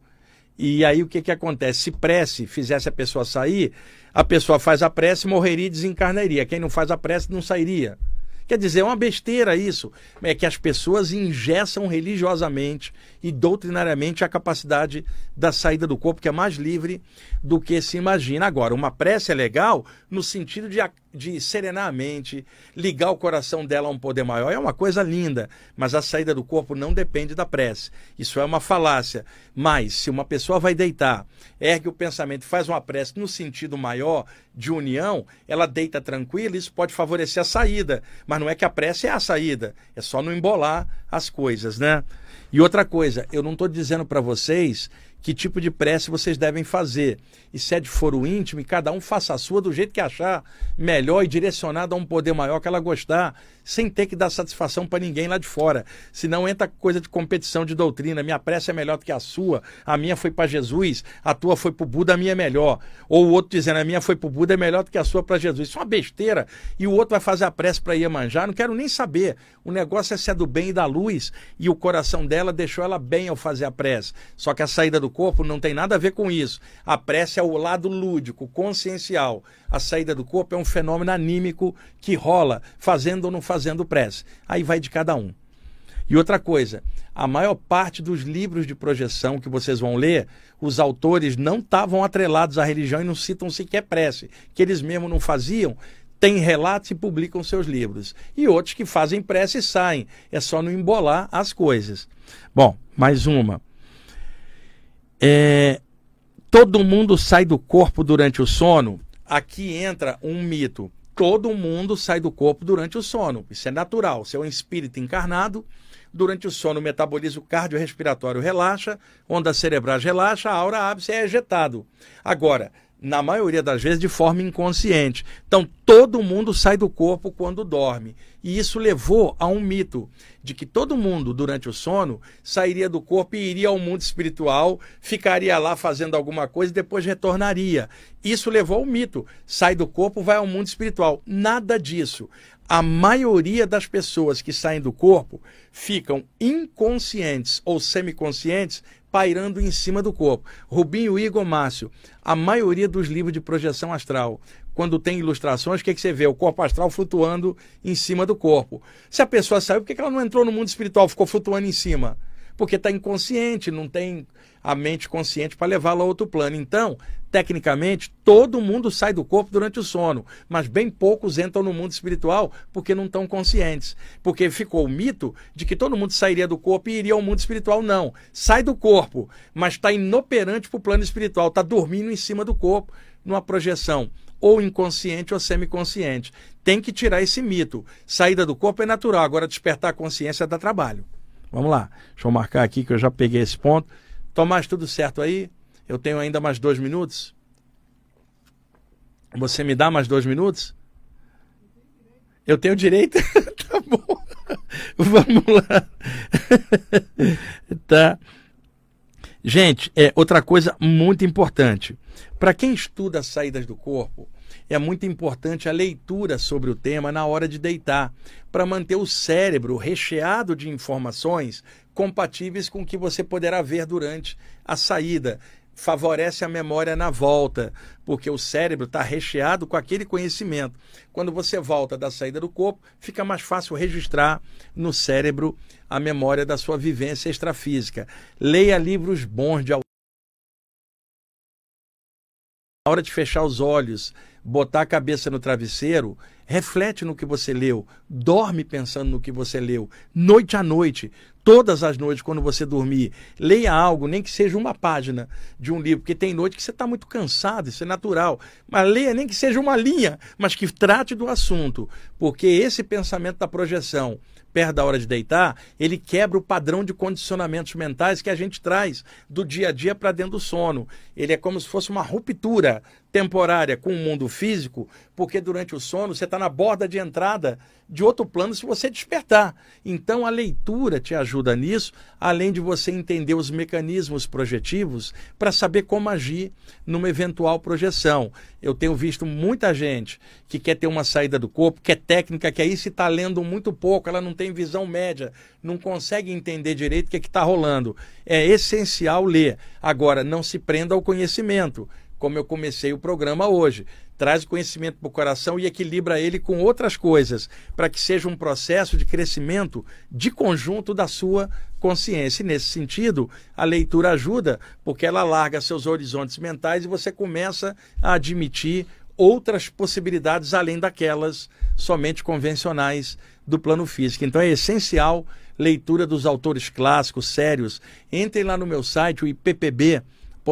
Speaker 1: E aí o que acontece? Se prece fizesse a pessoa sair, a pessoa faz a prece, morreria e desencarnaria. Quem não faz a prece não sairia. Quer dizer, é uma besteira isso. É que as pessoas engessam religiosamente e doutrinariamente a capacidade da saída do corpo, que é mais livre do que se imagina. Agora, uma prece é legal no sentido de serenar a mente, ligar o coração dela a um poder maior. É uma coisa linda, mas a saída do corpo não depende da prece. Isso é uma falácia. Mas, se uma pessoa vai deitar, ergue o pensamento e faz uma prece no sentido maior de união, ela deita tranquila, isso pode favorecer a saída. Mas não é que a prece é a saída, é só não embolar as coisas, né? E outra coisa, eu não estou dizendo para vocês que tipo de prece vocês devem fazer. Isso é de foro íntimo e cada um faça a sua do jeito que achar melhor e direcionado a um poder maior que ela gostar, sem ter que dar satisfação para ninguém lá de fora. Senão entra coisa de competição de doutrina. Minha prece é melhor do que a sua, a minha foi para Jesus, a tua foi para o Buda, a minha é melhor. Ou o outro dizendo, a minha foi para o Buda, é melhor do que a sua para Jesus. Isso é uma besteira. E o outro vai fazer a prece para Iemanjá, não quero nem saber. O negócio é ser do bem e da luz, e o coração dela deixou ela bem ao fazer a prece. Só que a saída do corpo não tem nada a ver com isso. A prece é o lado lúdico, consciencial. A saída do corpo é um fenômeno anímico que rola, fazendo ou não fazendo prece. Aí vai de cada um. E outra coisa, a maior parte dos livros de projeção que vocês vão ler, os autores não estavam atrelados à religião e não citam sequer prece, que eles mesmos não faziam, têm relatos e publicam seus livros. E outros que fazem prece e saem. É só não embolar as coisas. Bom, mais uma. Todo mundo sai do corpo durante o sono. Aqui entra um mito. Todo mundo sai do corpo durante o sono. Isso é natural. Você é um espírito encarnado. Durante o sono, o metabolismo cardiorrespiratório relaxa, ondas cerebrais relaxa, a aura abre, você é ejetado. Agora, na maioria das vezes, de forma inconsciente. Então, todo mundo sai do corpo quando dorme. E isso levou a um mito de que todo mundo, durante o sono, sairia do corpo e iria ao mundo espiritual, ficaria lá fazendo alguma coisa e depois retornaria. Isso levou ao mito. Sai do corpo, vai ao mundo espiritual. Nada disso. A maioria das pessoas que saem do corpo ficam inconscientes ou semiconscientes pairando em cima do corpo. Rubinho, Igor, Márcio, a maioria dos livros de projeção astral, quando tem ilustrações, o que você vê? O corpo astral flutuando em cima do corpo. Se a pessoa saiu, por que ela não entrou no mundo espiritual, ficou flutuando em cima? Porque está inconsciente, não tem a mente consciente para levá-la a outro plano. Então, tecnicamente, todo mundo sai do corpo durante o sono, mas bem poucos entram no mundo espiritual porque não estão conscientes. Porque ficou o mito de que todo mundo sairia do corpo e iria ao mundo espiritual. Não, sai do corpo, mas está inoperante para o plano espiritual, está dormindo em cima do corpo, numa projeção ou inconsciente ou semiconsciente. Tem que tirar esse mito. Saída do corpo é natural, agora despertar a consciência dá trabalho. Vamos lá, deixa eu marcar aqui que eu já peguei esse ponto. Tomás, tudo certo aí? Eu tenho ainda mais 2 minutos? Você me dá mais 2 minutos? Eu tenho direito? Tá bom. Vamos lá. Tá. Gente, outra coisa muito importante. Para quem estuda as saídas do corpo, é muito importante a leitura sobre o tema na hora de deitar, para manter o cérebro recheado de informações compatíveis com o que você poderá ver durante a saída. Favorece a memória na volta, porque o cérebro está recheado com aquele conhecimento. Quando você volta da saída do corpo, fica mais fácil registrar no cérebro a memória da sua vivência extrafísica. Leia livros bons de autores. Na hora de fechar os olhos, botar a cabeça no travesseiro, reflete no que você leu, dorme pensando no que você leu, noite a noite, todas as noites quando você dormir, leia algo, nem que seja uma página de um livro, porque tem noite que você está muito cansado, isso é natural, mas leia nem que seja uma linha, mas que trate do assunto, porque esse pensamento da projeção, perto da hora de deitar, ele quebra o padrão de condicionamentos mentais que a gente traz do dia a dia para dentro do sono. Ele é como se fosse uma ruptura temporária com o mundo físico, porque durante o sono você está na borda de entrada de outro plano se você despertar. Então a leitura te ajuda nisso, além de você entender os mecanismos projetivos para saber como agir numa eventual projeção. Eu tenho visto muita gente que quer ter uma saída do corpo, que é técnica, que aí se está lendo muito pouco, ela não tem visão média, não consegue entender direito o que está rolando. É essencial ler. Agora, não se prenda ao conhecimento, como eu comecei o programa hoje. Traz o conhecimento para o coração e equilibra ele com outras coisas, para que seja um processo de crescimento de conjunto da sua consciência. E nesse sentido, a leitura ajuda, porque ela alarga seus horizontes mentais e você começa a admitir outras possibilidades além daquelas somente convencionais do plano físico. Então é essencial leitura dos autores clássicos, sérios. Entrem lá no meu site, o ippb.org.br,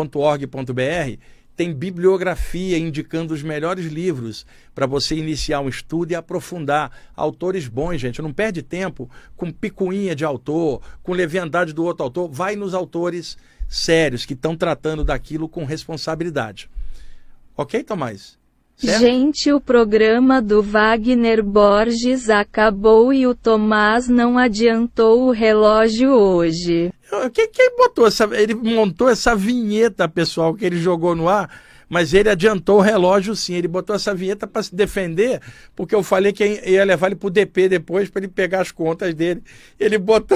Speaker 1: tem bibliografia indicando os melhores livros para você iniciar um estudo e aprofundar. Autores bons, gente, não perde tempo com picuinha de autor, com leviandade do outro autor. Vai nos autores sérios que estão tratando daquilo com responsabilidade. Ok, Tomás? Certo?
Speaker 2: Gente, o programa do Wagner Borges acabou e o Tomás não adiantou o relógio hoje.
Speaker 1: Quem botou ele montou essa vinheta, pessoal, que ele jogou no ar, mas ele adiantou o relógio sim. Ele botou essa vinheta para se defender, porque eu falei que ia levar ele para o DP depois, para ele pegar as contas dele. Ele botou...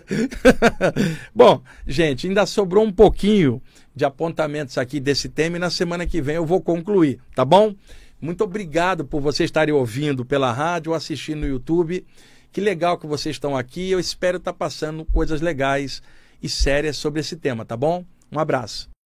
Speaker 1: Bom, gente, ainda sobrou um pouquinho de apontamentos aqui desse tema e na semana que vem eu vou concluir, tá bom? Muito obrigado por vocês estarem ouvindo pela rádio ou assistindo no YouTube. Que legal que vocês estão aqui. Eu espero estar passando coisas legais e sérias sobre esse tema, tá bom? Um abraço.